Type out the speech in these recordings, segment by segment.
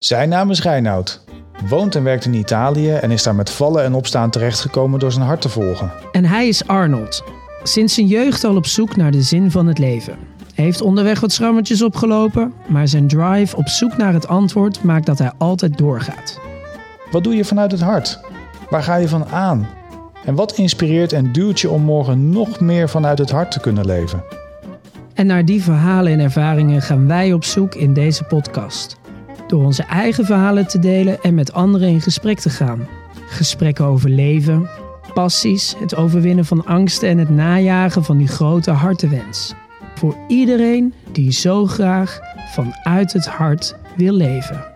Zijn naam is Reinoud. Woont en werkt in Italië en is daar met vallen en opstaan terechtgekomen door zijn hart te volgen. En hij is Arnold. Sinds zijn jeugd al op zoek naar de zin van het leven. Hij heeft onderweg wat schrammetjes opgelopen, maar zijn drive op zoek naar het antwoord maakt dat hij altijd doorgaat. Wat doe je vanuit het hart? Waar ga je van aan? En wat inspireert en duwt je om morgen nog meer vanuit het hart te kunnen leven? En naar die verhalen en ervaringen gaan wij op zoek in deze podcast. Door onze eigen verhalen te delen en met anderen in gesprek te gaan. Gesprekken over leven, passies, het overwinnen van angsten en het najagen van die grote hartenwens. Voor iedereen die zo graag vanuit het hart wil leven.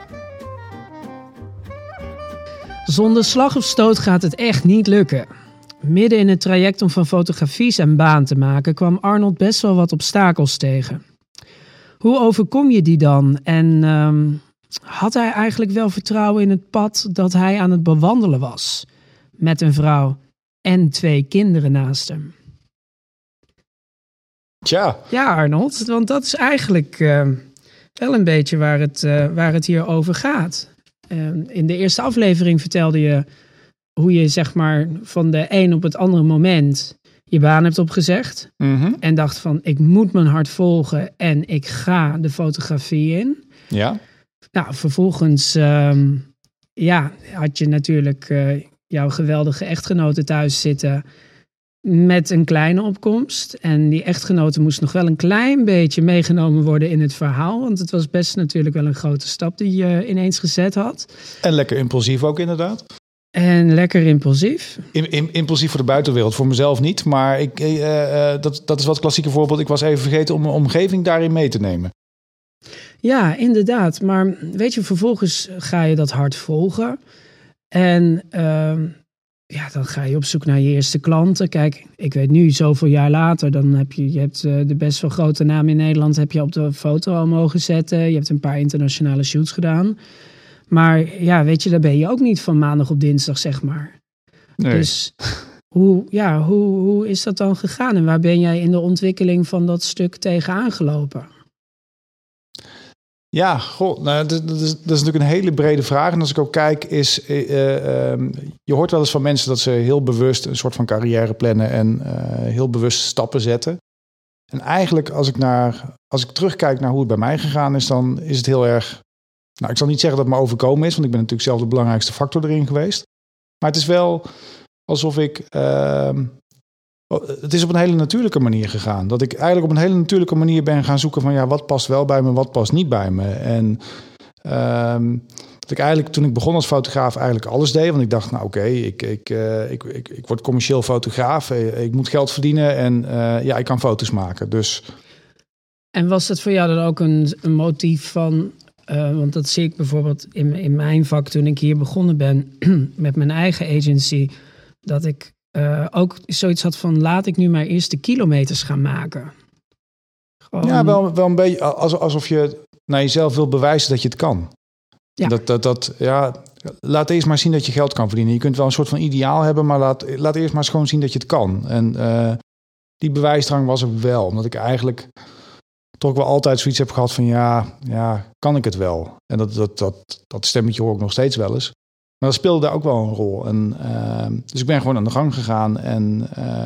Zonder slag of stoot gaat het echt niet lukken. Midden in het traject om van fotografie zijn baan te maken kwam Arnold best wel wat obstakels tegen. Hoe overkom je die dan? En had hij eigenlijk wel vertrouwen in het pad dat hij aan het bewandelen was? Met een vrouw en 2 kinderen naast hem. Tja. Ja, Arnold, want dat is eigenlijk wel een beetje waar het hier over gaat. In de eerste aflevering vertelde je hoe je zeg maar van de een op het andere moment je baan hebt opgezegd. Mm-hmm. En dacht van, ik moet mijn hart volgen en ik ga de fotografie in. Ja. Nou, vervolgens had je natuurlijk jouw geweldige echtgenote thuis zitten met een kleine opkomst. En die echtgenote moest nog wel een klein beetje meegenomen worden in het verhaal. Want het was best natuurlijk wel een grote stap die je ineens gezet had. En lekker impulsief ook inderdaad. En lekker impulsief. Impulsief voor de buitenwereld, voor mezelf niet. Maar dat is wat klassieke voorbeeld. Ik was even vergeten om mijn omgeving daarin mee te nemen. Ja, inderdaad. Maar weet je, vervolgens ga je dat hart volgen. En dan ga je op zoek naar je eerste klanten. Kijk, ik weet nu, zoveel jaar later, dan heb je hebt de best wel grote naam in Nederland heb je op de foto al mogen zetten. Je hebt een paar internationale shoots gedaan. Maar ja, weet je, daar ben je ook niet van maandag op dinsdag, zeg maar. Nee. Dus hoe is dat dan gegaan? En waar ben jij in de ontwikkeling van dat stuk tegenaan gelopen? Ja, dat is natuurlijk een hele brede vraag. En als ik ook kijk, je hoort wel eens van mensen dat ze heel bewust een soort van carrière plannen en heel bewust stappen zetten. En eigenlijk, als ik terugkijk naar hoe het bij mij gegaan is, dan is het heel erg. Nou, ik zal niet zeggen dat het me overkomen is, want ik ben natuurlijk zelf de belangrijkste factor erin geweest. Maar het is wel alsof ik. Het is op een hele natuurlijke manier gegaan. Dat ik eigenlijk op een hele natuurlijke manier ben gaan zoeken van wat past wel bij me, wat past niet bij me. En dat ik eigenlijk toen ik begon als fotograaf eigenlijk alles deed. Want ik dacht, nou oké, ik word commercieel fotograaf. Ik moet geld verdienen en ik kan foto's maken. Dus. En was dat voor jou dan ook een motief van. Want dat zie ik bijvoorbeeld in mijn vak toen ik hier begonnen ben met mijn eigen agency. Dat ik ook zoiets had van laat ik nu maar eerst de kilometers gaan maken. Gewoon. Ja, wel een beetje alsof je naar jezelf wil bewijzen dat je het kan. Ja. Laat eerst maar zien dat je geld kan verdienen. Je kunt wel een soort van ideaal hebben, maar laat eerst maar eens gewoon zien dat je het kan. En die bewijsdrang was er wel. Omdat ik eigenlijk toch wel altijd zoiets heb gehad van kan ik het wel? En dat stemmetje hoor ik nog steeds wel eens. Maar dat speelde daar ook wel een rol. En, dus ik ben gewoon aan de gang gegaan en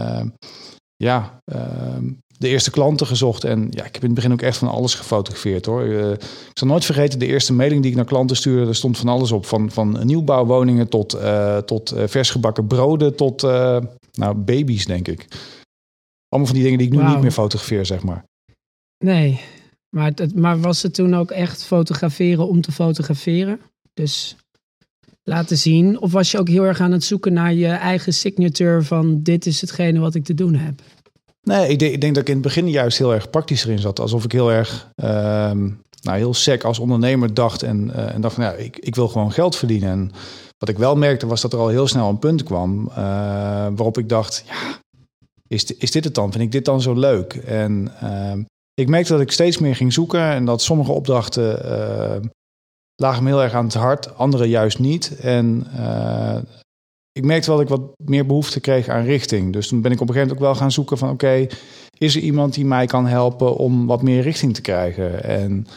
de eerste klanten gezocht. En ik heb in het begin ook echt van alles gefotografeerd hoor. Ik zal nooit vergeten, de eerste mailing die ik naar klanten stuurde, er stond van alles op. Van nieuwbouwwoningen tot versgebakken broden tot baby's, denk ik. Allemaal van die dingen die ik nu niet meer fotografeer, zeg maar. Nee, maar was het toen ook echt fotograferen om te fotograferen? Dus laten zien? Of was je ook heel erg aan het zoeken naar je eigen signature van dit is hetgene wat ik te doen heb? Nee, ik denk dat ik in het begin juist heel erg praktisch erin zat. Alsof ik heel erg, heel sec als ondernemer dacht en dacht van ik wil gewoon geld verdienen. En wat ik wel merkte was dat er al heel snel een punt kwam waarop ik dacht, is dit het dan? Vind ik dit dan zo leuk? En ik merkte dat ik steeds meer ging zoeken en dat sommige opdrachten lagen me heel erg aan het hart, andere juist niet. En ik merkte wel dat ik wat meer behoefte kreeg aan richting. Dus toen ben ik op een gegeven moment ook wel gaan zoeken van is er iemand die mij kan helpen om wat meer richting te krijgen? En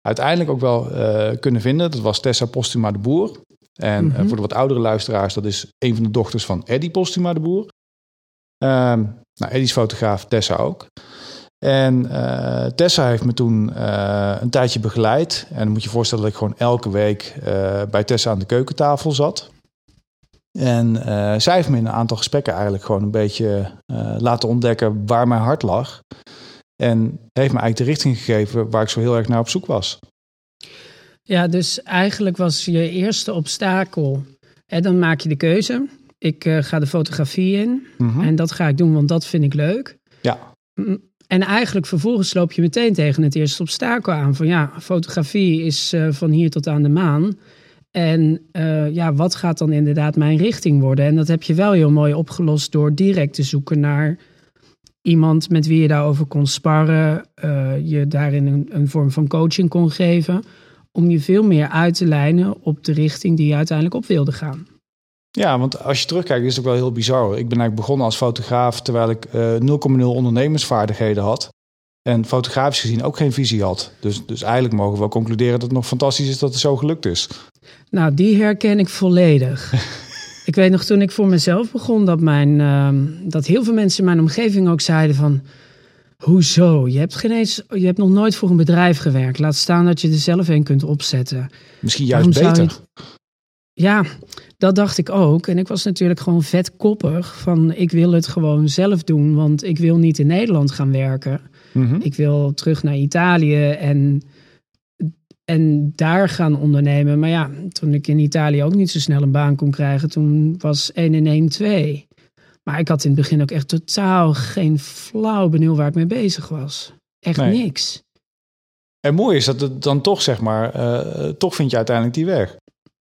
uiteindelijk ook wel kunnen vinden. Dat was Tessa Postuma de Boer. En voor de wat oudere luisteraars, dat is een van de dochters van Eddie Postuma de Boer. Eddie is fotograaf, Tessa ook. En Tessa heeft me toen een tijdje begeleid. En dan moet je je voorstellen dat ik gewoon elke week bij Tessa aan de keukentafel zat. En zij heeft me in een aantal gesprekken eigenlijk gewoon een beetje laten ontdekken waar mijn hart lag. En heeft me eigenlijk de richting gegeven waar ik zo heel erg naar op zoek was. Ja, dus eigenlijk was je eerste obstakel. En dan maak je de keuze. Ik ga de fotografie in. En dat ga ik doen, want dat vind ik leuk. Ja. En eigenlijk vervolgens loop je meteen tegen het eerste obstakel aan. Van ja, fotografie is van hier tot aan de maan. En wat gaat dan inderdaad mijn richting worden? En dat heb je wel heel mooi opgelost door direct te zoeken naar iemand met wie je daarover kon sparren. Je daarin een vorm van coaching kon geven. Om je veel meer uit te lijnen op de richting die je uiteindelijk op wilde gaan. Ja, want als je terugkijkt is het ook wel heel bizar. Ik ben eigenlijk begonnen als fotograaf terwijl ik 0,0 ondernemersvaardigheden had. En fotografisch gezien ook geen visie had. Dus eigenlijk mogen we wel concluderen dat het nog fantastisch is dat het zo gelukt is. Nou, die herken ik volledig. Ik weet nog toen ik voor mezelf begon dat heel veel mensen in mijn omgeving ook zeiden van, hoezo? Je hebt nog nooit voor een bedrijf gewerkt. Laat staan dat je er zelf een kunt opzetten. Misschien juist beter. Ja, dat dacht ik ook. En ik was natuurlijk gewoon vetkoppig van ik wil het gewoon zelf doen, want ik wil niet in Nederland gaan werken. Ik wil terug naar Italië en daar gaan ondernemen. Maar ja, toen ik in Italië ook niet zo snel een baan kon krijgen, toen was 1 en 1 2. Maar ik had in het begin ook echt totaal geen flauw benul waar ik mee bezig was. Echt niks. En mooi is dat het dan toch, zeg maar, toch vind je uiteindelijk die weg.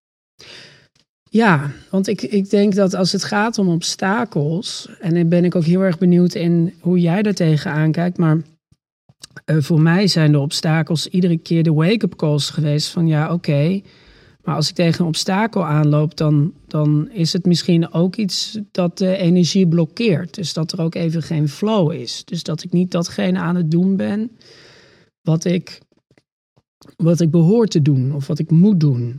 Ja, want ik denk dat als het gaat om obstakels, en dan ben ik ook heel erg benieuwd in hoe jij daar tegenaan kijkt, maar voor mij zijn de obstakels iedere keer de wake-up calls geweest van ja, oké, maar als ik tegen een obstakel aanloop, dan is het misschien ook iets dat de energie blokkeert. Dus dat er ook even geen flow is. Dus dat ik niet datgene aan het doen ben wat ik behoor te doen of wat ik moet doen.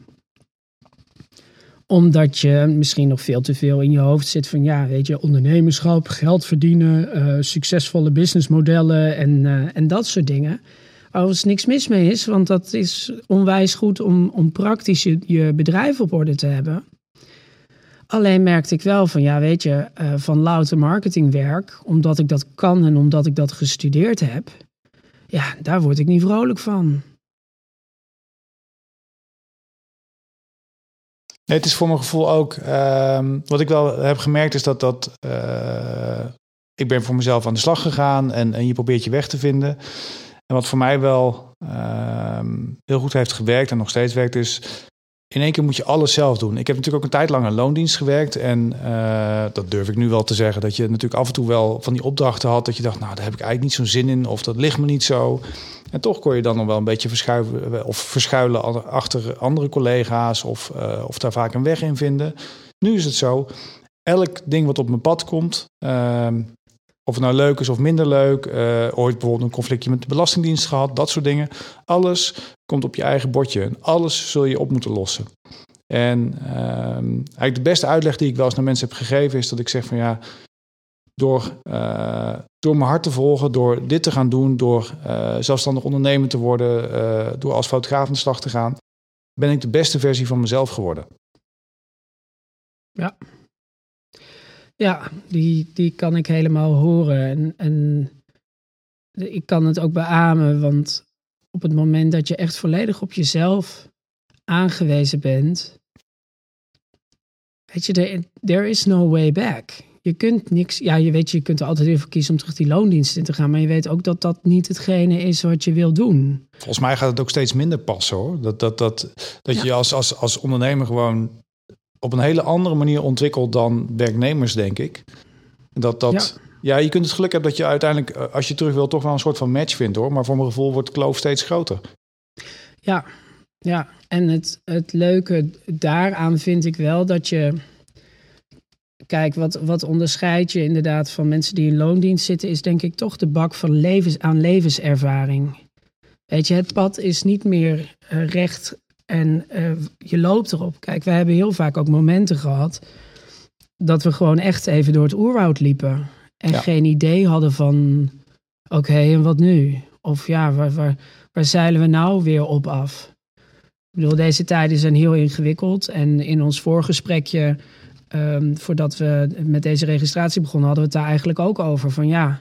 Omdat je misschien nog veel te veel in je hoofd zit van ja, weet je, ondernemerschap, geld verdienen, succesvolle businessmodellen en dat soort dingen. Waar er niks mis mee is, want dat is onwijs goed om praktisch je bedrijf op orde te hebben. Alleen merkte ik wel van ja, weet je, van louter marketingwerk, omdat ik dat kan en omdat ik dat gestudeerd heb, ja, daar word ik niet vrolijk van. Nee, het is voor mijn gevoel ook, wat ik wel heb gemerkt is dat ik ben voor mezelf aan de slag gegaan en je probeert je weg te vinden. En wat voor mij wel heel goed heeft gewerkt en nog steeds werkt is, in één keer moet je alles zelf doen. Ik heb natuurlijk ook een tijd lang in loondienst gewerkt en dat durf ik nu wel te zeggen, dat je natuurlijk af en toe wel van die opdrachten had dat je dacht, nou daar heb ik eigenlijk niet zo'n zin in of dat ligt me niet zo. En toch kon je dan nog wel een beetje verschuilen achter andere collega's of daar vaak een weg in vinden. Nu is het zo, elk ding wat op mijn pad komt, of het nou leuk is of minder leuk, ooit bijvoorbeeld een conflictje met de Belastingdienst gehad, dat soort dingen. Alles komt op je eigen bordje en alles zul je op moeten lossen. En eigenlijk de beste uitleg die ik wel eens naar mensen heb gegeven is dat ik zeg van ja, door mijn hart te volgen, door dit te gaan doen, door zelfstandig ondernemer te worden, door als fotograaf aan de slag te gaan, ben ik de beste versie van mezelf geworden. Ja. Ja, die kan ik helemaal horen. En ik kan het ook beamen, want op het moment dat je echt volledig op jezelf aangewezen bent, weet je, there is no way back. Je kunt niks, ja, je kunt er altijd weer voor kiezen om terug die loondienst in te gaan, maar je weet ook dat dat niet hetgene is wat je wil doen. Volgens mij gaat het ook steeds minder passen, hoor. Dat je als ondernemer gewoon op een hele andere manier ontwikkelt dan werknemers, denk ik. Ja, je kunt het geluk hebben dat je uiteindelijk, als je terug wil, toch wel een soort van match vindt, hoor. Maar voor mijn gevoel wordt de kloof steeds groter. Ja. En het leuke daaraan vind ik wel dat je, kijk, wat onderscheidt je inderdaad van mensen die in loondienst zitten, is denk ik toch de bak van levenservaring. Weet je, het pad is niet meer recht en je loopt erop. Kijk, we hebben heel vaak ook momenten gehad dat we gewoon echt even door het oerwoud liepen. En geen idee hadden van, oké, en wat nu? Of ja, waar zeilen we nou weer op af? Ik bedoel, deze tijden zijn heel ingewikkeld. En in ons voorgesprekje, voordat we met deze registratie begonnen, hadden we het daar eigenlijk ook over. Van ja,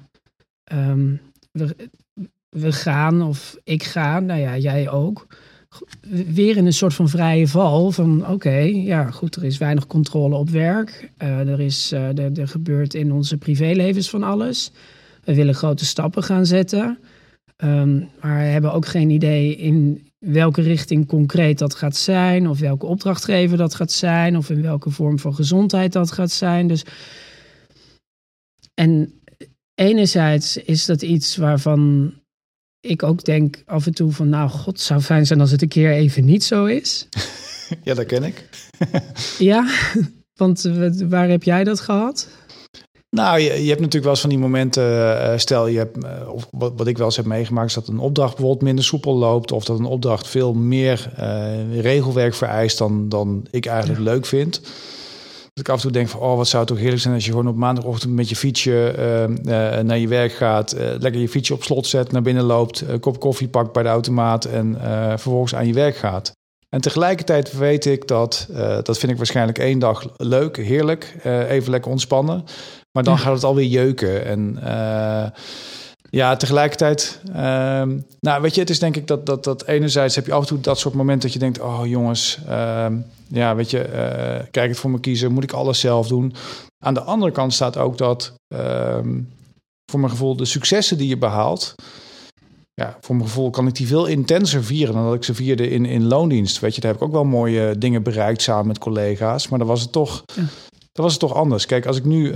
we gaan, of ik ga, nou ja, jij ook, weer in een soort van vrije val. Van oké, ja goed, er is weinig controle op werk. Er gebeurt in onze privélevens van alles. We willen grote stappen gaan zetten. Maar we hebben ook geen idee in welke richting concreet dat gaat zijn. Of welke opdrachtgever dat gaat zijn. Of in welke vorm van gezondheid dat gaat zijn. Dus, en enerzijds is dat iets waarvan ik ook denk af en toe van, nou god, het zou fijn zijn als het een keer even niet zo is. Ja, dat ken ik. Ja, want waar heb jij dat gehad? Nou, je hebt natuurlijk wel eens van die momenten, stel je hebt, of wat ik wel eens heb meegemaakt, is dat een opdracht bijvoorbeeld minder soepel loopt, of dat een opdracht veel meer regelwerk vereist dan ik eigenlijk leuk vind. Dat ik af en toe denk van, wat zou het toch heerlijk zijn als je gewoon op maandagochtend met je fietsje naar je werk gaat, lekker je fietsje op slot zet, naar binnen loopt, een kop koffie pakt bij de automaat en vervolgens aan je werk gaat. En tegelijkertijd weet ik dat vind ik waarschijnlijk 1 dag leuk, heerlijk, even lekker ontspannen. Maar dan gaat het alweer jeuken. En tegelijkertijd, weet je, het is denk ik dat enerzijds heb je af en toe dat soort momenten dat je denkt, oh jongens, weet je, krijg ik het voor me kiezen, moet ik alles zelf doen? Aan de andere kant staat ook dat, voor mijn gevoel, de successen die je behaalt, ja, voor mijn gevoel kan ik die veel intenser vieren dan dat ik ze vierde in loondienst. Weet je, daar heb ik ook wel mooie dingen bereikt samen met collega's, maar dan was het toch... Ja. Dat was het toch anders. Kijk, als ik nu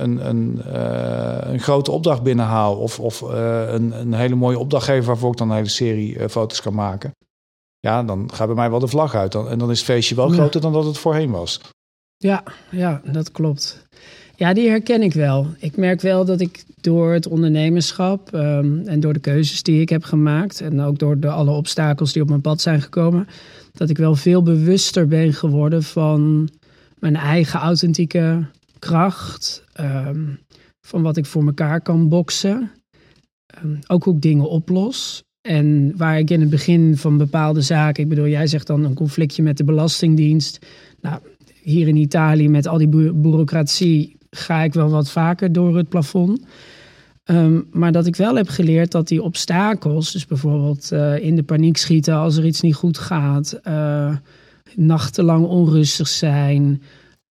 een grote opdracht binnenhaal of een hele mooie opdrachtgever waarvoor ik dan een hele serie foto's kan maken, ja, dan gaat bij mij wel de vlag uit. En dan is het feestje wel groter dan dat het voorheen was. Ja, dat klopt. Ja, die herken ik wel. Ik merk wel dat ik door het ondernemerschap en door de keuzes die ik heb gemaakt en ook door alle obstakels die op mijn pad zijn gekomen, dat ik wel veel bewuster ben geworden van mijn eigen authentieke kracht. Van wat ik voor mekaar kan boksen. Ook hoe ik dingen oplos. En waar ik in het begin van bepaalde zaken... Ik bedoel, jij zegt dan een conflictje met de Belastingdienst. Nou, hier in Italië met al die bureaucratie ga ik wel wat vaker door het plafond. Maar dat ik wel heb geleerd dat die obstakels... Dus bijvoorbeeld in de paniek schieten als er iets niet goed gaat... nachtenlang onrustig zijn.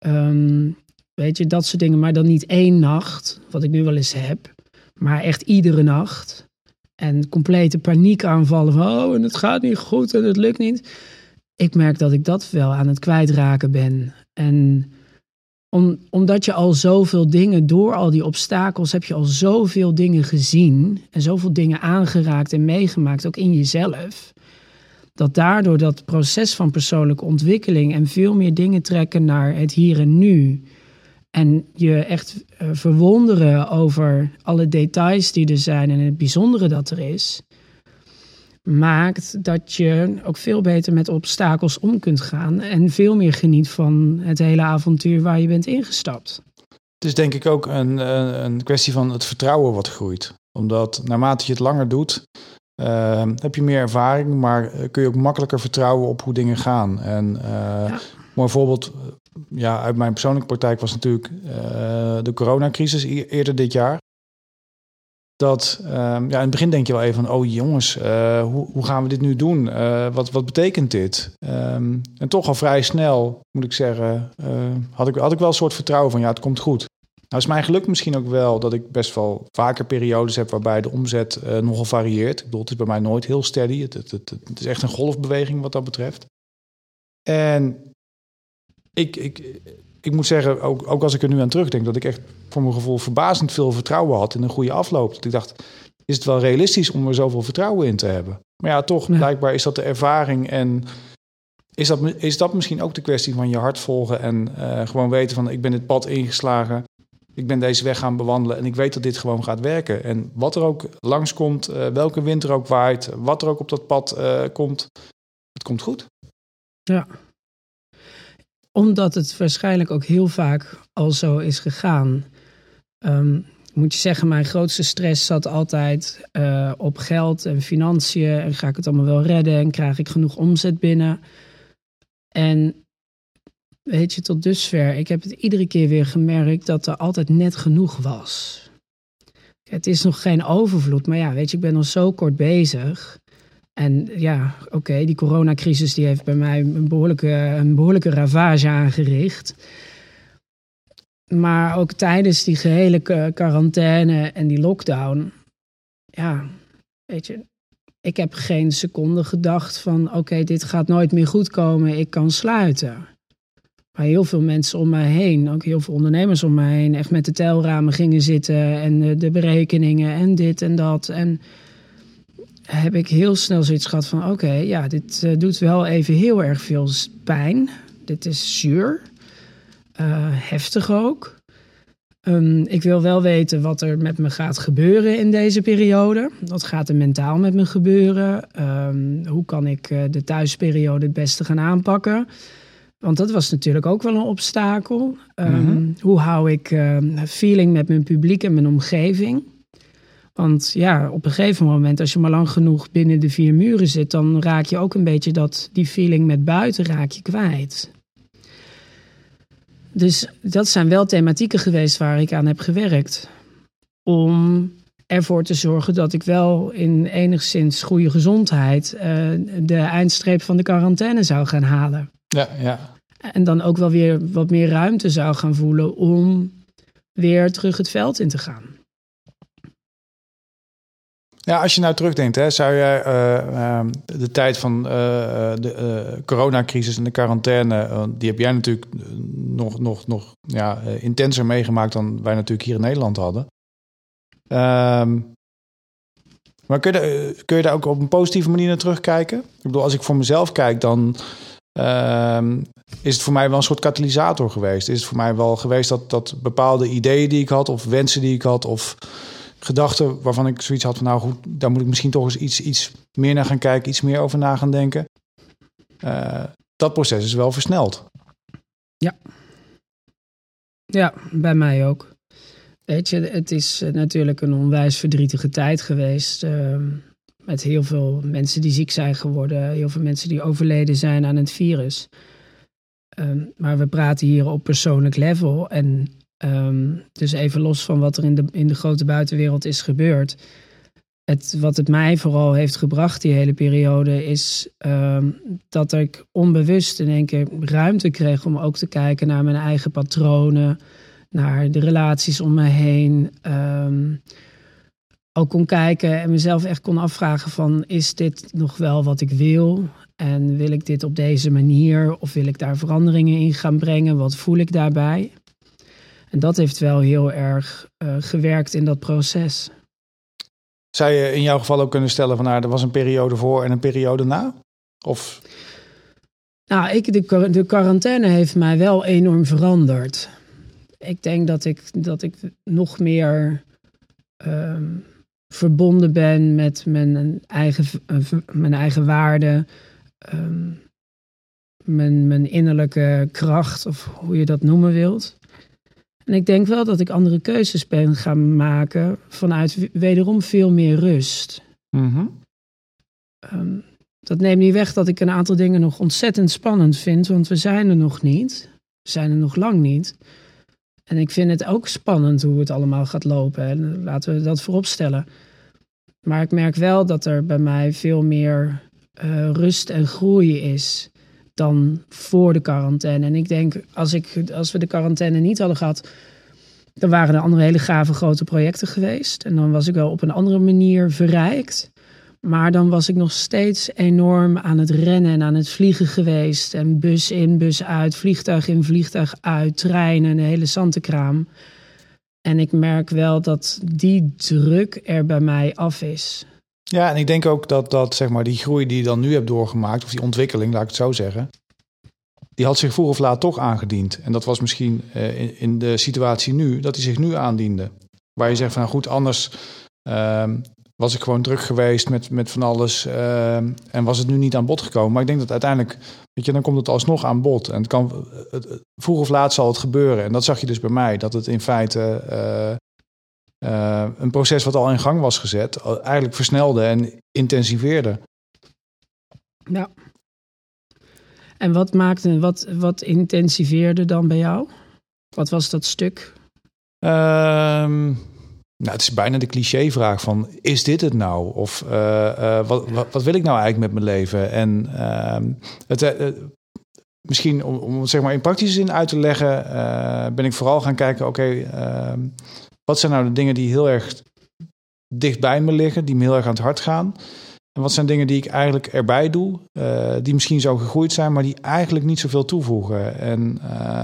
Weet je, dat soort dingen. Maar dan niet 1 nacht, wat ik nu wel eens heb. Maar echt iedere nacht. En complete paniekaanvallen van, en het gaat niet goed en het lukt niet. Ik merk dat ik dat wel aan het kwijtraken ben. En omdat je al zoveel dingen, door al die obstakels, heb je al zoveel dingen gezien. En zoveel dingen aangeraakt en meegemaakt, ook in jezelf. Dat daardoor dat proces van persoonlijke ontwikkeling en veel meer dingen trekken naar het hier en nu. En je echt verwonderen over alle details die er zijn en het bijzondere dat er is. Maakt dat je ook veel beter met obstakels om kunt gaan. En veel meer geniet van het hele avontuur waar je bent ingestapt. Het is denk ik ook een kwestie van het vertrouwen wat groeit. Omdat naarmate je het langer doet... heb je meer ervaring, maar kun je ook makkelijker vertrouwen op hoe dingen gaan. En mooi voorbeeld uit mijn persoonlijke praktijk was natuurlijk de coronacrisis eerder dit jaar. Dat in het begin denk je wel even van, oh jongens, hoe gaan we dit nu doen? Wat betekent dit? En toch al vrij snel, moet ik zeggen, had ik wel een soort vertrouwen van, ja, het komt goed. Nou is mijn geluk misschien ook wel dat ik best wel vaker periodes heb waarbij de omzet nogal varieert. Ik bedoel, het is bij mij nooit heel steady. Het is echt een golfbeweging wat dat betreft. En ik moet zeggen, ook als ik er nu aan terugdenk, dat ik echt voor mijn gevoel verbazend veel vertrouwen had in een goede afloop. Dat ik dacht, is het wel realistisch om er zoveel vertrouwen in te hebben? Maar ja, toch, blijkbaar is dat de ervaring en is dat misschien ook de kwestie van je hart volgen en gewoon weten van, ik ben dit pad ingeslagen. Ik ben deze weg gaan bewandelen en ik weet dat dit gewoon gaat werken. En wat er ook langskomt, welke wind er ook waait, wat er ook op dat pad komt, het komt goed. Ja. Omdat het waarschijnlijk ook heel vaak al zo is gegaan. Moet je zeggen, mijn grootste stress zat altijd op geld en financiën. En ga ik het allemaal wel redden en krijg ik genoeg omzet binnen? En weet je, tot dusver, ik heb het iedere keer weer gemerkt dat er altijd net genoeg was. Het is nog geen overvloed, maar ja, weet je, ik ben nog zo kort bezig. En ja, oké, die coronacrisis die heeft bij mij een behoorlijke ravage aangericht. Maar ook tijdens die gehele quarantaine en die lockdown, ja, weet je, ik heb geen seconde gedacht van oké, dit gaat nooit meer goed komen, ik kan sluiten. Maar heel veel mensen om mij heen, ook heel veel ondernemers om mij heen, echt met de telramen gingen zitten en de berekeningen en dit en dat. En heb ik heel snel zoiets gehad van oké, ja, dit doet wel even heel erg veel pijn. Dit is zuur. Heftig ook. Ik wil wel weten wat er met me gaat gebeuren in deze periode. Wat gaat er mentaal met me gebeuren? Hoe kan ik de thuisperiode het beste gaan aanpakken? Want dat was natuurlijk ook wel een obstakel. Hoe hou ik feeling met mijn publiek en mijn omgeving? Want ja, op een gegeven moment, als je maar lang genoeg binnen de 4 muren zit, dan raak je ook een beetje die feeling met buiten raak je kwijt. Dus dat zijn wel thematieken geweest waar ik aan heb gewerkt. Om ervoor te zorgen dat ik wel in enigszins goede gezondheid de eindstreep van de quarantaine zou gaan halen. Ja. En dan ook wel weer wat meer ruimte zou gaan voelen om weer terug het veld in te gaan. Ja, als je nou terugdenkt, hè, zou jij de tijd van de coronacrisis en de quarantaine, die heb jij natuurlijk nog intenser meegemaakt dan wij natuurlijk hier in Nederland hadden. Maar kun je daar ook op een positieve manier naar terugkijken? Ik bedoel, als ik voor mezelf kijk, dan is het voor mij wel een soort katalysator geweest. Is het voor mij wel geweest dat bepaalde ideeën die ik had, of wensen die ik had, of gedachten waarvan ik zoiets had van nou goed, daar moet ik misschien toch eens iets meer naar gaan kijken, iets meer over na gaan denken. Dat proces is wel versneld. Ja, bij mij ook. Weet je, het is natuurlijk een onwijs verdrietige tijd geweest. Met heel veel mensen die ziek zijn geworden, heel veel mensen die overleden zijn aan het virus. Maar we praten hier op persoonlijk level. En dus even los van wat er in de grote buitenwereld is gebeurd. Wat het mij vooral heeft gebracht die hele periode is dat ik onbewust in één keer ruimte kreeg om ook te kijken naar mijn eigen patronen, naar de relaties om me heen. Ook kon kijken en mezelf echt kon afvragen van, is dit nog wel wat ik wil? En wil ik dit op deze manier of wil ik daar veranderingen in gaan brengen? Wat voel ik daarbij? En dat heeft wel heel erg gewerkt in dat proces. Zou je in jouw geval ook kunnen stellen van er was een periode voor en een periode na? Of? Nou, de quarantaine heeft mij wel enorm veranderd. Ik denk dat ik nog meer verbonden ben met mijn eigen waarden. Mijn innerlijke kracht, of hoe je dat noemen wilt. En ik denk wel dat ik andere keuzes ben gaan maken vanuit wederom veel meer rust. Mm-hmm. Dat neemt niet weg dat ik een aantal dingen nog ontzettend spannend vind, want we zijn er nog niet. We zijn er nog lang niet. En ik vind het ook spannend hoe het allemaal gaat lopen. En laten we dat voorop stellen. Maar ik merk wel dat er bij mij veel meer rust en groei is dan voor de quarantaine. En ik denk, als we de quarantaine niet hadden gehad, dan waren er andere hele gave grote projecten geweest. En dan was ik wel op een andere manier verrijkt. Maar dan was ik nog steeds enorm aan het rennen en aan het vliegen geweest. En bus in, bus uit, vliegtuig in, vliegtuig uit, treinen, de hele zantekraam. En ik merk wel dat die druk er bij mij af is. Ja, en ik denk ook dat zeg maar die groei die je dan nu hebt doorgemaakt, of die ontwikkeling, laat ik het zo zeggen, die had zich vroeg of laat toch aangediend. En dat was misschien in de situatie nu, dat hij zich nu aandiende. Waar je zegt van, nou goed, anders was ik gewoon druk geweest met van alles en was het nu niet aan bod gekomen. Maar ik denk dat uiteindelijk, dan komt het alsnog aan bod. En vroeg of laat zal het gebeuren. En dat zag je dus bij mij, dat het in feite een proces wat al in gang was gezet, eigenlijk versnelde en intensiveerde. Ja. En wat intensiveerde dan bij jou? Wat was dat stuk? Het is bijna de clichévraag van, is dit het nou? Of wat wil ik nou eigenlijk met mijn leven? En misschien om het zeg maar in praktische zin uit te leggen, ben ik vooral gaan kijken, wat zijn nou de dingen die heel erg dicht bij me liggen, die me heel erg aan het hart gaan? En wat zijn dingen die ik eigenlijk erbij doe, die misschien zo gegroeid zijn, maar die eigenlijk niet zoveel toevoegen? En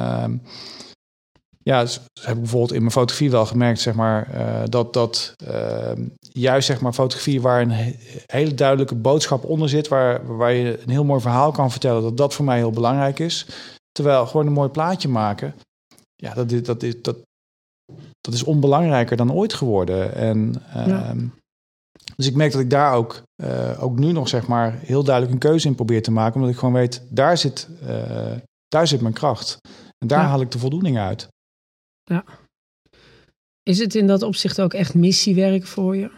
dat heb ik bijvoorbeeld in mijn fotografie wel gemerkt, zeg maar, dat juist zeg maar fotografie waar een hele duidelijke boodschap onder zit, waar je een heel mooi verhaal kan vertellen, dat voor mij heel belangrijk is. Terwijl gewoon een mooi plaatje maken, ja, dat is onbelangrijker dan ooit geworden. En dus ik merk dat ik daar ook nu nog zeg maar heel duidelijk een keuze in probeer te maken, omdat ik gewoon weet, daar zit mijn kracht. En daar haal ik de voldoening uit. Ja. Is het in dat opzicht ook echt missiewerk voor je?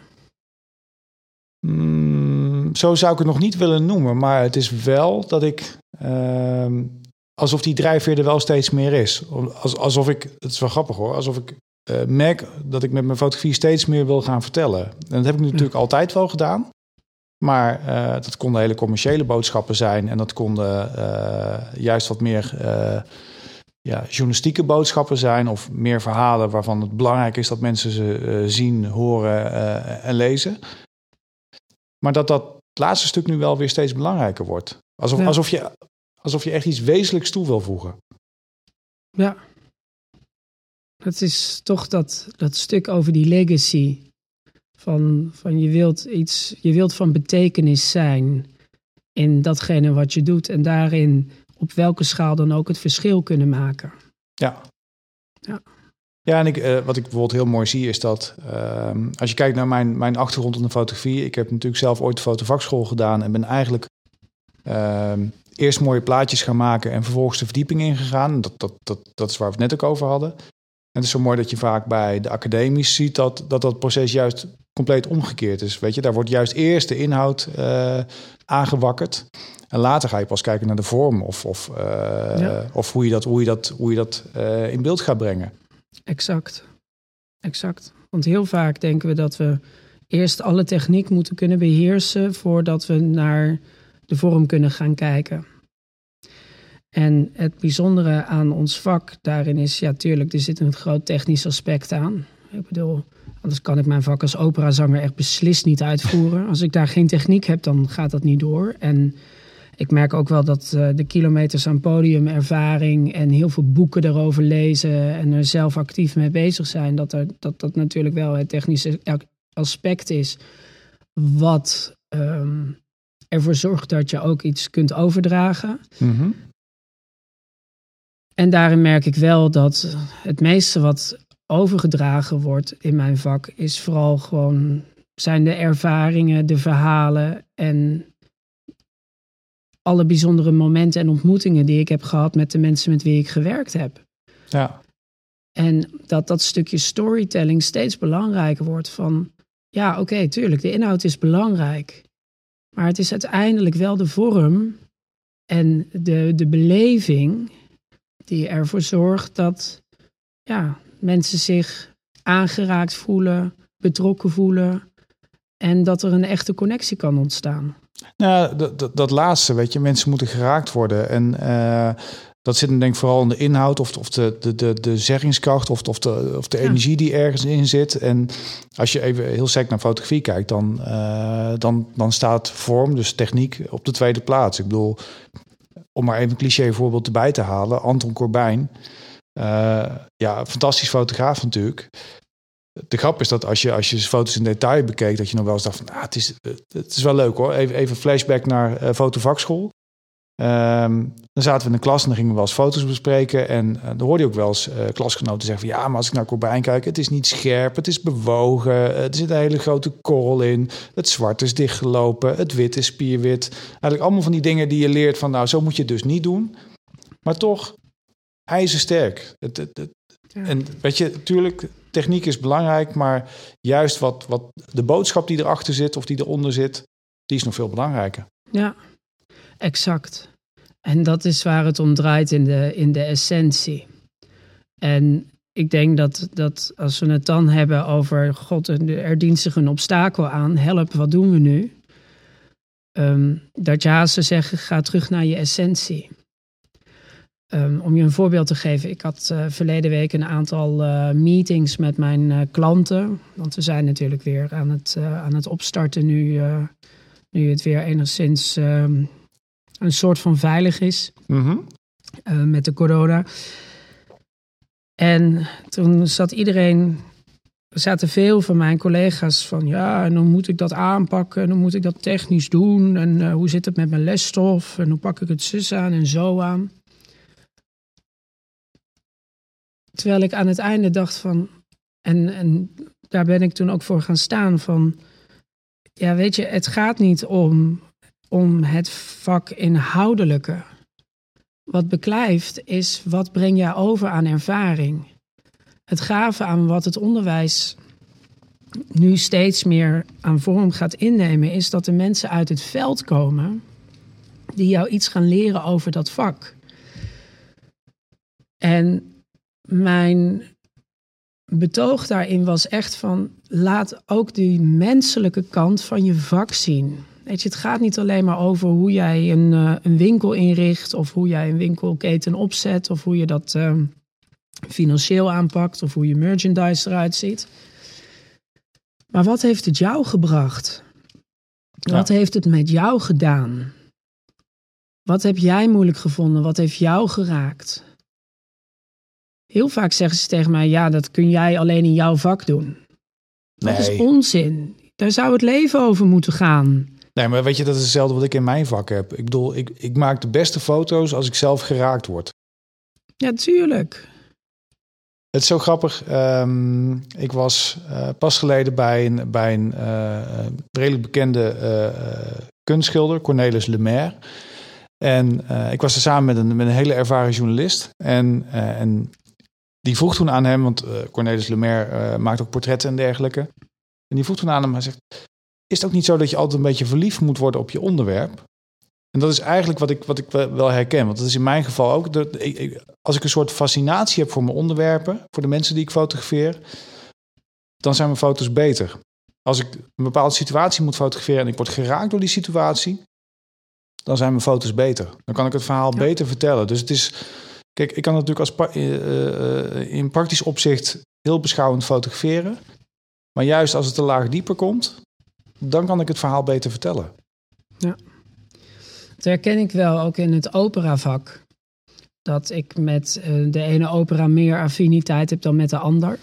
Zo zou ik het nog niet willen noemen. Maar het is wel dat ik alsof die drijfveer er wel steeds meer is. Alsof ik, het is wel grappig hoor, alsof ik merk dat ik met mijn fotografie steeds meer wil gaan vertellen. En dat heb ik natuurlijk altijd wel gedaan. Maar dat konden hele commerciële boodschappen zijn. En dat konden juist wat meer journalistieke boodschappen zijn. Of meer verhalen waarvan het belangrijk is dat mensen ze zien, horen en lezen. Maar dat laatste stuk nu wel weer steeds belangrijker wordt. Alsof je echt iets wezenlijks toe wil voegen. Ja. Het is toch dat stuk over die legacy. Van je wilt van betekenis zijn in datgene wat je doet. En daarin op welke schaal dan ook het verschil kunnen maken. Ja. Ja, en wat ik bijvoorbeeld heel mooi zie is dat als je kijkt naar mijn achtergrond in de fotografie. Ik heb natuurlijk zelf ooit de fotovakschool gedaan en ben eigenlijk eerst mooie plaatjes gaan maken en vervolgens de verdieping ingegaan. Dat is waar we het net ook over hadden. En het is zo mooi dat je vaak bij de academies ziet dat proces juist compleet omgekeerd is. Weet je, daar wordt juist eerst de inhoud aangewakkerd. En later ga je pas kijken naar de vorm of hoe je dat in beeld gaat brengen. Exact. Want heel vaak denken we dat we eerst alle techniek moeten kunnen beheersen voordat we naar de vorm kunnen gaan kijken. En het bijzondere aan ons vak daarin is, ja tuurlijk, er zit een groot technisch aspect aan. Ik bedoel, anders kan ik mijn vak als operazanger echt beslist niet uitvoeren. Als ik daar geen techniek heb, dan gaat dat niet door. En ik merk ook wel dat de kilometers aan podiumervaring en heel veel boeken erover lezen en er zelf actief mee bezig zijn, dat natuurlijk wel het technische aspect is wat ervoor zorgt dat je ook iets kunt overdragen. Mm-hmm. En daarin merk ik wel dat het meeste wat overgedragen wordt in mijn vak is vooral gewoon zijn de ervaringen, de verhalen en alle bijzondere momenten en ontmoetingen die ik heb gehad met de mensen met wie ik gewerkt heb. Ja. En dat stukje storytelling steeds belangrijker wordt van, ja, oké, tuurlijk, de inhoud is belangrijk. Maar het is uiteindelijk wel de vorm en de beleving die ervoor zorgt dat mensen zich aangeraakt voelen, betrokken voelen en dat er een echte connectie kan ontstaan. Nou, dat laatste, weet je, mensen moeten geraakt worden. En dat zit denk ik vooral in de inhoud of de zeggingskracht of de energie die ergens in zit. En als je even heel sec naar fotografie kijkt, dan staat vorm, dus techniek, op de tweede plaats. Ik bedoel, om maar even een cliché voorbeeld erbij te halen, Anton Corbijn. Fantastisch fotograaf natuurlijk. De grap is dat als je zijn foto's in detail bekeek, dat je nog wel eens dacht van, het is wel leuk hoor. Even flashback naar fotovakschool. Dan zaten we in de klas en dan gingen we wel eens foto's bespreken. En dan hoorde je ook wel eens klasgenoten zeggen van... ja, maar als ik naar Corbijn kijk, het is niet scherp, het is bewogen. Er zit een hele grote korrel in. Het zwart is dichtgelopen, het wit is spierwit. Eigenlijk allemaal van die dingen die je leert van... nou, zo moet je het dus niet doen. Maar toch, ijzersterk. En weet je, natuurlijk, techniek is belangrijk... maar juist wat de boodschap die erachter zit of die eronder zit... die is nog veel belangrijker. Ja, exact. En dat is waar het om draait in de essentie. En ik denk dat als we het dan hebben over... God, er dient zich een obstakel aan. Help, wat doen we nu? Dat je haast zou zeggen, ga terug naar je essentie. Om je een voorbeeld te geven. Ik had verleden week een aantal meetings met mijn klanten. Want we zijn natuurlijk weer aan het opstarten nu het weer enigszins... een soort van veilig is. Mm-hmm. Met de corona. En toen zaten veel van mijn collega's van... ja, en dan moet ik dat aanpakken... en dan moet ik dat technisch doen... en hoe zit het met mijn lesstof... en hoe pak ik het zus aan en zo aan. Terwijl ik aan het einde dacht van... en daar ben ik toen ook voor gaan staan van... ja, weet je, het gaat niet om het vak inhoudelijke. Wat beklijft is, wat breng jij over aan ervaring? Het gave aan wat het onderwijs nu steeds meer aan vorm gaat innemen... is dat er mensen uit het veld komen... die jou iets gaan leren over dat vak. En mijn betoog daarin was echt van... laat ook die menselijke kant van je vak zien... Weet je, het gaat niet alleen maar over hoe jij een winkel inricht... of hoe jij een winkelketen opzet... of hoe je dat financieel aanpakt... of hoe je merchandise eruit ziet. Maar wat heeft het jou gebracht? Ja. Wat heeft het met jou gedaan? Wat heb jij moeilijk gevonden? Wat heeft jou geraakt? Heel vaak zeggen ze tegen mij... ja, dat kun jij alleen in jouw vak doen. Dat is onzin. Daar zou het leven over moeten gaan... Nee, maar weet je, dat is hetzelfde wat ik in mijn vak heb. Ik bedoel, ik maak de beste foto's als ik zelf geraakt word. Ja, tuurlijk. Het is zo grappig. Ik was pas geleden bij een redelijk bekende kunstschilder, Cornelis Lemaire. En ik was er samen met een hele ervaren journalist. En die vroeg toen aan hem, want Cornelis Lemaire maakt ook portretten en dergelijke. En die vroeg toen aan hem, hij zegt... Is het ook niet zo dat je altijd een beetje verliefd moet worden op je onderwerp? En dat is eigenlijk wat ik wel herken. Want dat is in mijn geval ook... als ik een soort fascinatie heb voor mijn onderwerpen... voor de mensen die ik fotografeer... dan zijn mijn foto's beter. Als ik een bepaalde situatie moet fotograferen... en ik word geraakt door die situatie... dan zijn mijn foto's beter. Dan kan ik het verhaal beter vertellen. Dus het is... Kijk, ik kan natuurlijk in praktisch opzicht... heel beschouwend fotograferen. Maar juist als het een laag dieper komt... dan kan ik het verhaal beter vertellen. Ja. Dat herken ik wel ook in het operavak. Dat ik met de ene opera meer affiniteit heb dan met de ander.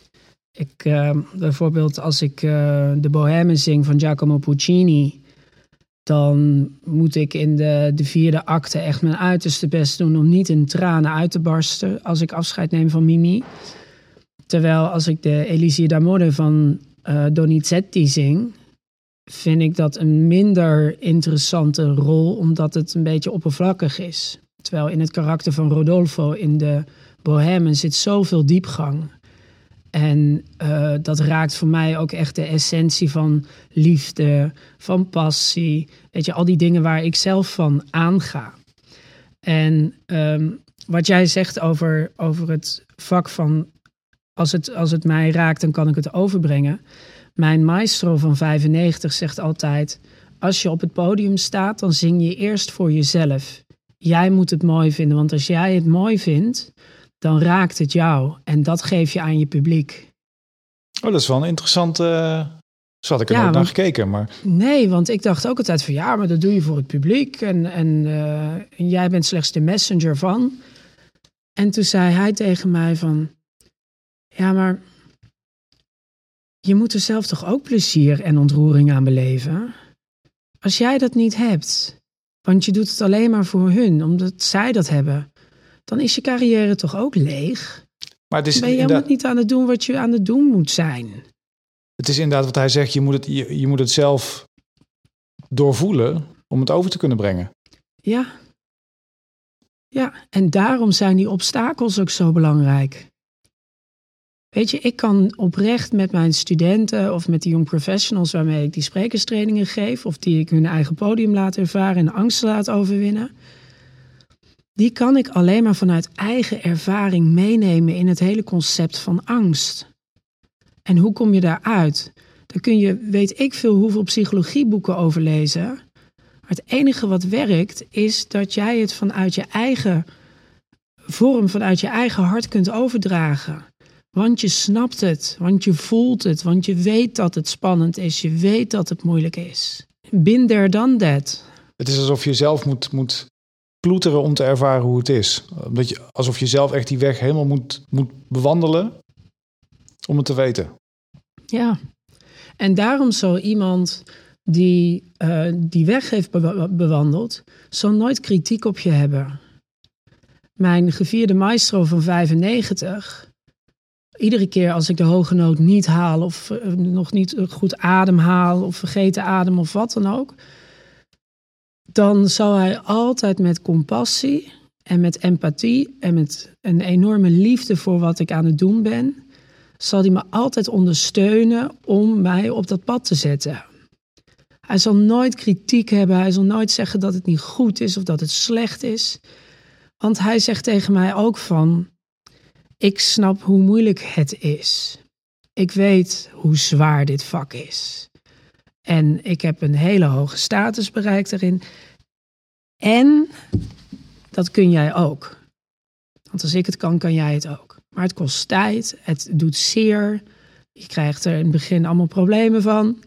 Bijvoorbeeld als ik de Bohème zing van Giacomo Puccini... dan moet ik in de vierde acte echt mijn uiterste best doen... om niet in tranen uit te barsten als ik afscheid neem van Mimi. Terwijl als ik de Elisir d'amore van Donizetti zing... vind ik dat een minder interessante rol... omdat het een beetje oppervlakkig is. Terwijl in het karakter van Rodolfo in de Bohème zit zoveel diepgang. En dat raakt voor mij ook echt de essentie van liefde, van passie. Weet je, al die dingen waar ik zelf van aanga. En wat jij zegt over het vak van... Als het mij raakt, dan kan ik het overbrengen... Mijn maestro van 95 zegt altijd... als je op het podium staat, dan zing je eerst voor jezelf. Jij moet het mooi vinden, want als jij het mooi vindt... dan raakt het jou en dat geef je aan je publiek. Oh, dat is wel een interessante... Zo had ik er nooit naar gekeken, maar... Nee, want ik dacht ook altijd van... ja, maar dat doe je voor het publiek en jij bent slechts de messenger van. En toen zei hij tegen mij van... ja, maar... je moet er zelf toch ook plezier en ontroering aan beleven? Als jij dat niet hebt, want je doet het alleen maar voor hun, omdat zij dat hebben, dan is je carrière toch ook leeg? Maar het is ben je helemaal niet aan het doen wat je aan het doen moet zijn. Het is inderdaad wat hij zegt, je moet het zelf doorvoelen om het over te kunnen brengen. Ja. Ja, en daarom zijn die obstakels ook zo belangrijk. Weet je, ik kan oprecht met mijn studenten of met die young professionals waarmee ik die sprekerstrainingen geef, of die ik hun eigen podium laat ervaren en angsten laat overwinnen, die kan ik alleen maar vanuit eigen ervaring meenemen in het hele concept van angst. En hoe kom je daaruit? Daar kun je, weet ik veel, hoeveel psychologieboeken over lezen. Maar het enige wat werkt is dat jij het vanuit je eigen vorm, vanuit je eigen hart kunt overdragen. Want je snapt het, want je voelt het, want je weet dat het spannend is, je weet dat het moeilijk is. Been there, done that. Het is alsof je zelf moet ploeteren om te ervaren hoe het is. Alsof je zelf echt die weg helemaal moet bewandelen om het te weten. Ja, en daarom zal iemand die die weg heeft bewandeld, zal nooit kritiek op je hebben. Mijn gevierde maestro van 95... Iedere keer als ik de hoge noot niet haal of nog niet goed ademhaal of vergeten adem of wat dan ook, dan zal hij altijd met compassie en met empathie en met een enorme liefde voor wat ik aan het doen ben, zal hij me altijd ondersteunen om mij op dat pad te zetten. Hij zal nooit kritiek hebben, hij zal nooit zeggen dat het niet goed is of dat het slecht is. Want hij zegt tegen mij ook van, ik snap hoe moeilijk het is. Ik weet hoe zwaar dit vak is. En ik heb een hele hoge status bereikt erin. En dat kun jij ook. Want als ik het kan, kan jij het ook. Maar het kost tijd, het doet zeer. Je krijgt er in het begin allemaal problemen van.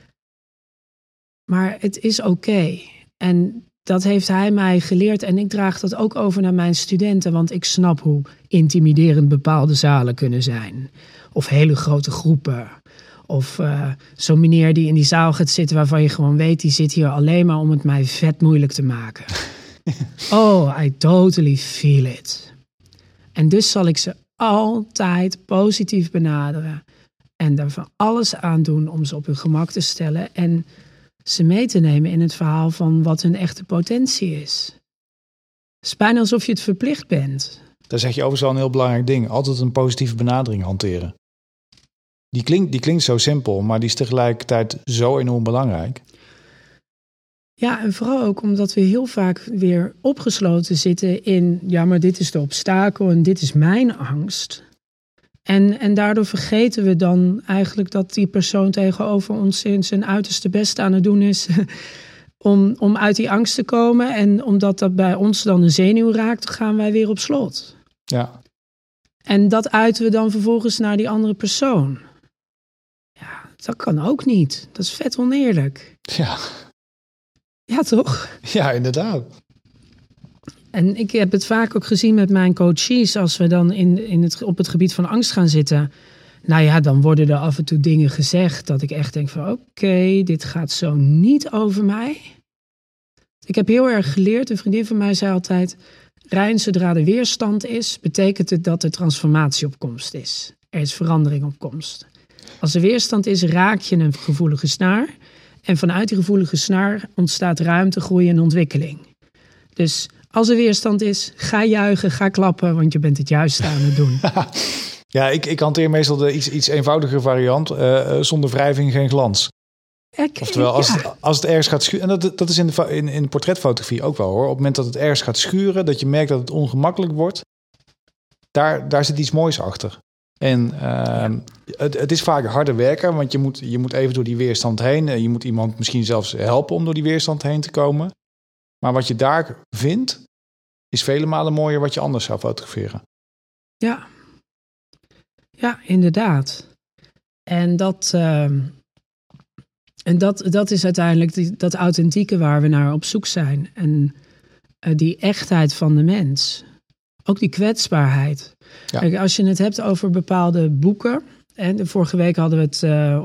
Maar het is oké. En dat heeft hij mij geleerd en ik draag dat ook over naar mijn studenten, want ik snap hoe intimiderend bepaalde zalen kunnen zijn. Of hele grote groepen. Of zo'n meneer die in die zaal gaat zitten waarvan je gewoon weet, die zit hier alleen maar om het mij vet moeilijk te maken. Oh, I totally feel it. En dus zal ik ze altijd positief benaderen en daar van alles aan doen om ze op hun gemak te stellen en ze mee te nemen in het verhaal van wat hun echte potentie is. Het is bijna alsof je het verplicht bent. Daar zeg je overigens al een heel belangrijk ding. Altijd een positieve benadering hanteren. Die klinkt zo simpel, maar die is tegelijkertijd zo enorm belangrijk. Ja, en vooral ook omdat we heel vaak weer opgesloten zitten in, ja, maar dit is de obstakel en dit is mijn angst. En daardoor vergeten we dan eigenlijk dat die persoon tegenover ons in zijn uiterste best aan het doen is om uit die angst te komen. En omdat dat bij ons dan een zenuw raakt, gaan wij weer op slot. Ja. En dat uiten we dan vervolgens naar die andere persoon. Ja, dat kan ook niet. Dat is vet oneerlijk. Ja. Ja, toch? Ja, inderdaad. En ik heb het vaak ook gezien met mijn coaches. Als we dan op het gebied van angst gaan zitten. Nou ja, dan worden er af en toe dingen gezegd dat ik echt denk van oké, dit gaat zo niet over mij. Ik heb heel erg geleerd, een vriendin van mij zei altijd, Rein, zodra er weerstand is, betekent het dat er transformatie op komst is. Er is verandering op komst. Als er weerstand is, raak je een gevoelige snaar. En vanuit die gevoelige snaar ontstaat ruimte, groei en ontwikkeling. Dus als er weerstand is, ga juichen, ga klappen, want je bent het juiste aan het doen. Ja, ik hanteer meestal de iets eenvoudigere variant. Zonder wrijving geen glans. Oftewel, als het ergens gaat schuren... En dat is in de portretfotografie ook wel, hoor. Op het moment dat het ergens gaat schuren, dat je merkt dat het ongemakkelijk wordt, daar zit iets moois achter. En het is vaak harder werken, want je moet even door die weerstand heen. Je moet iemand misschien zelfs helpen om door die weerstand heen te komen. Maar wat je daar vindt, is vele malen mooier wat je anders zou fotograferen. Ja, inderdaad. En dat is uiteindelijk dat authentieke waar we naar op zoek zijn. En die echtheid van de mens. Ook die kwetsbaarheid. Ja. Kijk, als je het hebt over bepaalde boeken. En vorige keer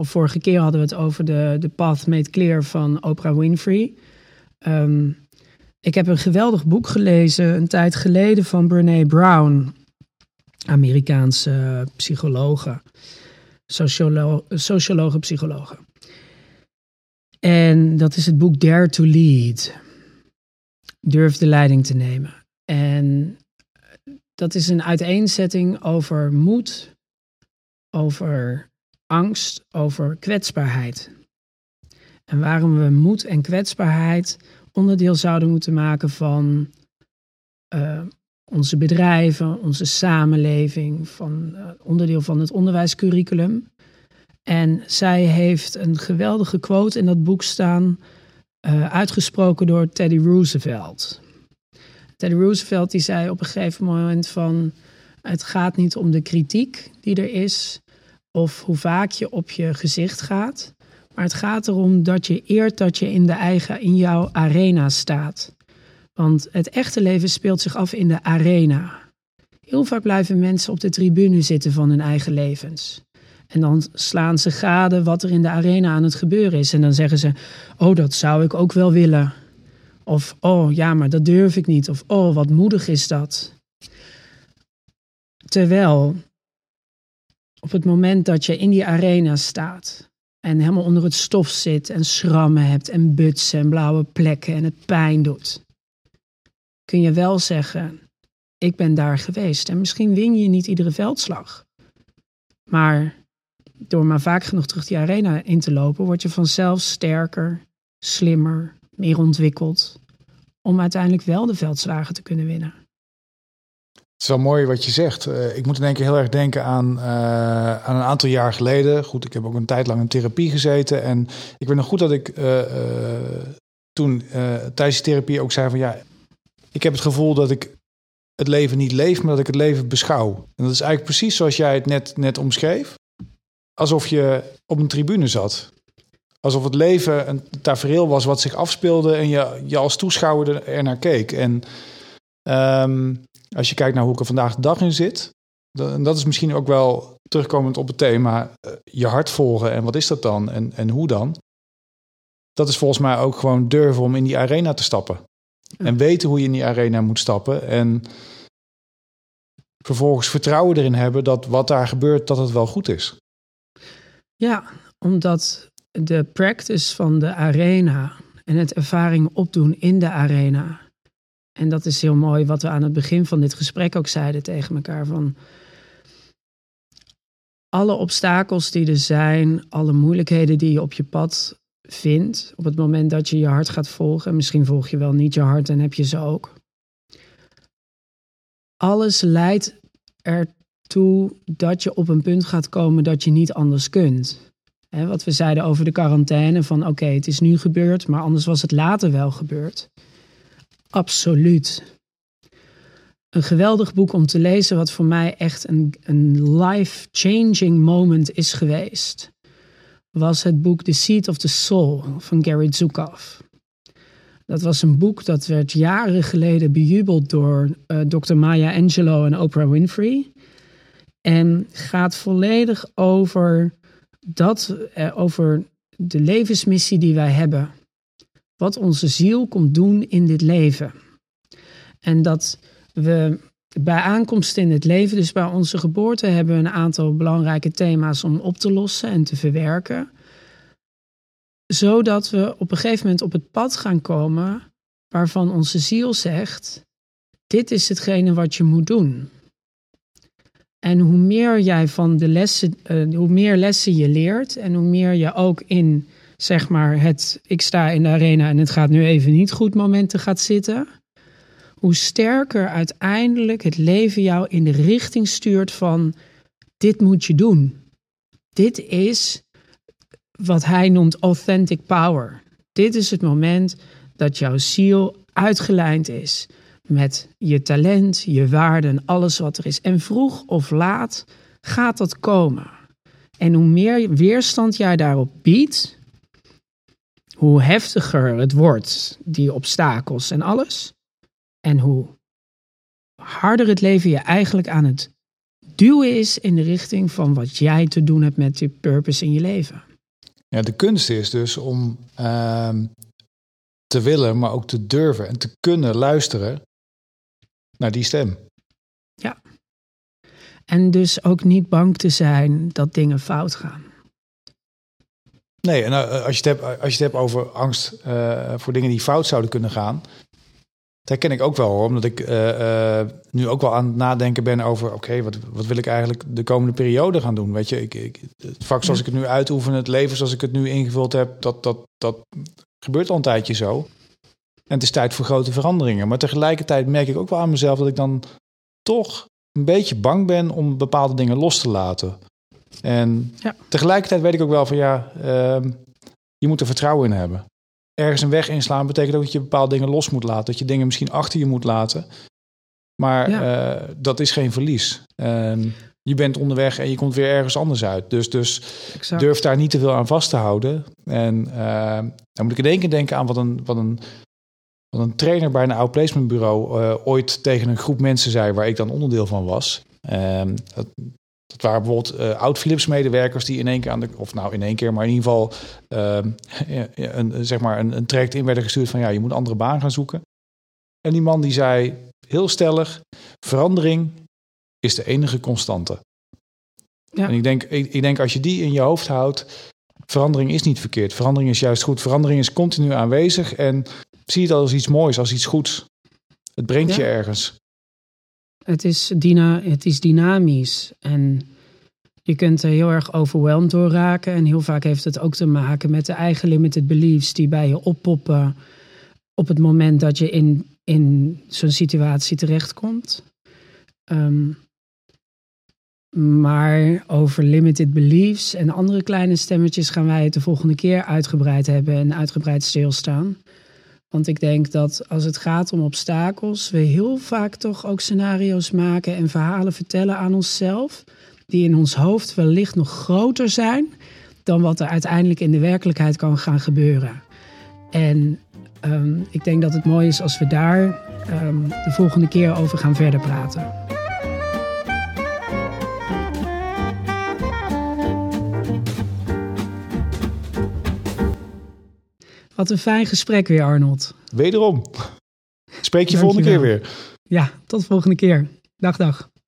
hadden we het over The Path Made Clear van Oprah Winfrey. Ik heb een geweldig boek gelezen een tijd geleden van Brené Brown, Amerikaanse psychologe, sociologe, psychologe. En dat is het boek Dare to Lead. Durf de leiding te nemen. En dat is een uiteenzetting over moed, over angst, over kwetsbaarheid. En waarom we moed en kwetsbaarheid onderdeel zouden moeten maken van onze bedrijven, onze samenleving, van onderdeel van het onderwijscurriculum. En zij heeft een geweldige quote in dat boek staan, uitgesproken door Teddy Roosevelt. Teddy Roosevelt die zei op een gegeven moment van, het gaat niet om de kritiek die er is of hoe vaak je op je gezicht gaat, maar het gaat erom dat je eert dat je in jouw arena staat. Want het echte leven speelt zich af in de arena. Heel vaak blijven mensen op de tribune zitten van hun eigen levens. En dan slaan ze gade wat er in de arena aan het gebeuren is. En dan zeggen ze, oh, dat zou ik ook wel willen. Of, oh, ja, maar dat durf ik niet. Of, oh, wat moedig is dat. Terwijl, op het moment dat je in die arena staat en helemaal onder het stof zit en schrammen hebt en butsen en blauwe plekken en het pijn doet, kun je wel zeggen, ik ben daar geweest. En misschien win je niet iedere veldslag. Maar door maar vaak genoeg terug die arena in te lopen, word je vanzelf sterker, slimmer, meer ontwikkeld, om uiteindelijk wel de veldslagen te kunnen winnen. Het is wel mooi wat je zegt. Ik moet in één keer heel erg denken aan een aantal jaar geleden. Goed, ik heb ook een tijd lang in therapie gezeten. En ik weet nog goed dat ik toen tijdens die therapie ook zei van, ja, ik heb het gevoel dat ik het leven niet leef, maar dat ik het leven beschouw. En dat is eigenlijk precies zoals jij het net omschreef. Alsof je op een tribune zat. Alsof het leven een tafereel was wat zich afspeelde en je als toeschouwer er naar keek. En als je kijkt naar hoe ik er vandaag de dag in zit, en dat is misschien ook wel terugkomend op het thema je hart volgen en wat is dat dan en hoe dan? Dat is volgens mij ook gewoon durven om in die arena te stappen. En weten hoe je in die arena moet stappen en vervolgens vertrouwen erin hebben dat wat daar gebeurt, dat het wel goed is. Ja, omdat de practice van de arena en het ervaring opdoen in de arena. En dat is heel mooi wat we aan het begin van dit gesprek ook zeiden tegen elkaar. Van alle obstakels die er zijn, alle moeilijkheden die je op je pad vindt, op het moment dat je je hart gaat volgen, misschien volg je wel niet je hart en heb je ze ook. Alles leidt ertoe dat je op een punt gaat komen dat je niet anders kunt. Wat we zeiden over de quarantaine, van oké, het is nu gebeurd, maar anders was het later wel gebeurd. Absoluut. Een geweldig boek om te lezen, wat voor mij echt een life-changing moment is geweest, was het boek The Seat of the Soul van Gary Zukav. Dat was een boek dat werd jaren geleden bejubeld door Dr. Maya Angelou en Oprah Winfrey. En gaat volledig over de levensmissie die wij hebben. Wat onze ziel komt doen in dit leven. En dat we bij aankomst in het leven, dus bij onze geboorte, hebben we een aantal belangrijke thema's om op te lossen en te verwerken. Zodat we op een gegeven moment op het pad gaan komen waarvan onze ziel zegt, dit is hetgene wat je moet doen. En hoe meer jij van de lessen, hoe meer lessen je leert en hoe meer je ook in, zeg maar, het ik sta in de arena en het gaat nu even niet goed momenten gaat zitten, hoe sterker uiteindelijk het leven jou in de richting stuurt van dit moet je doen. Dit is wat hij noemt authentic power. Dit is het moment dat jouw ziel uitgelijnd is met je talent, je waarden en alles wat er is. En vroeg of laat gaat dat komen. En hoe meer weerstand jij daarop biedt, hoe heftiger het wordt, die obstakels en alles. En hoe harder het leven je eigenlijk aan het duwen is in de richting van wat jij te doen hebt met je purpose in je leven. Ja, de kunst is dus om te willen, maar ook te durven en te kunnen luisteren naar die stem. Ja. En dus ook niet bang te zijn dat dingen fout gaan. Nee, en als je het hebt over angst voor dingen die fout zouden kunnen gaan, dat herken ik ook wel, hoor, omdat ik nu ook wel aan het nadenken ben over, oké, wat wil ik eigenlijk de komende periode gaan doen? Weet je, het vak zoals ik het nu uitoefen, het leven zoals ik het nu ingevuld heb, dat gebeurt al een tijdje zo. En het is tijd voor grote veranderingen. Maar tegelijkertijd merk ik ook wel aan mezelf dat ik dan toch een beetje bang ben om bepaalde dingen los te laten. En tegelijkertijd weet ik ook wel van je moet er vertrouwen in hebben. Ergens een weg inslaan betekent ook dat je bepaalde dingen los moet laten. Dat je dingen misschien achter je moet laten. Maar dat is geen verlies. Je bent onderweg en je komt weer ergens anders uit. Dus durf daar niet te veel aan vast te houden. En dan moet ik in één keer denken aan wat een trainer bij een outplacementbureau ooit tegen een groep mensen zei, waar ik dan onderdeel van was. Dat waren bijvoorbeeld oud-Philips-medewerkers die in één keer maar in ieder geval een traject in werden gestuurd van je moet een andere baan gaan zoeken. En die man die zei heel stellig, verandering is de enige constante. Ja. En ik denk als je die in je hoofd houdt, verandering is niet verkeerd. Verandering is juist goed. Verandering is continu aanwezig en zie het als iets moois, als iets goeds. Het brengt je ergens. Het is dynamisch en je kunt er heel erg overweldigd door raken. En heel vaak heeft het ook te maken met de eigen limited beliefs die bij je oppoppen op het moment dat je in zo'n situatie terechtkomt. Maar over limited beliefs en andere kleine stemmetjes gaan wij het de volgende keer uitgebreid hebben en uitgebreid stilstaan. Want ik denk dat als het gaat om obstakels, we heel vaak toch ook scenario's maken en verhalen vertellen aan onszelf, die in ons hoofd wellicht nog groter zijn dan wat er uiteindelijk in de werkelijkheid kan gaan gebeuren. En ik denk dat het mooi is als we daar de volgende keer over gaan verder praten. Wat een fijn gesprek weer, Arnold. Wederom. Spreek je volgende keer weer. Ja, tot de volgende keer. Dag.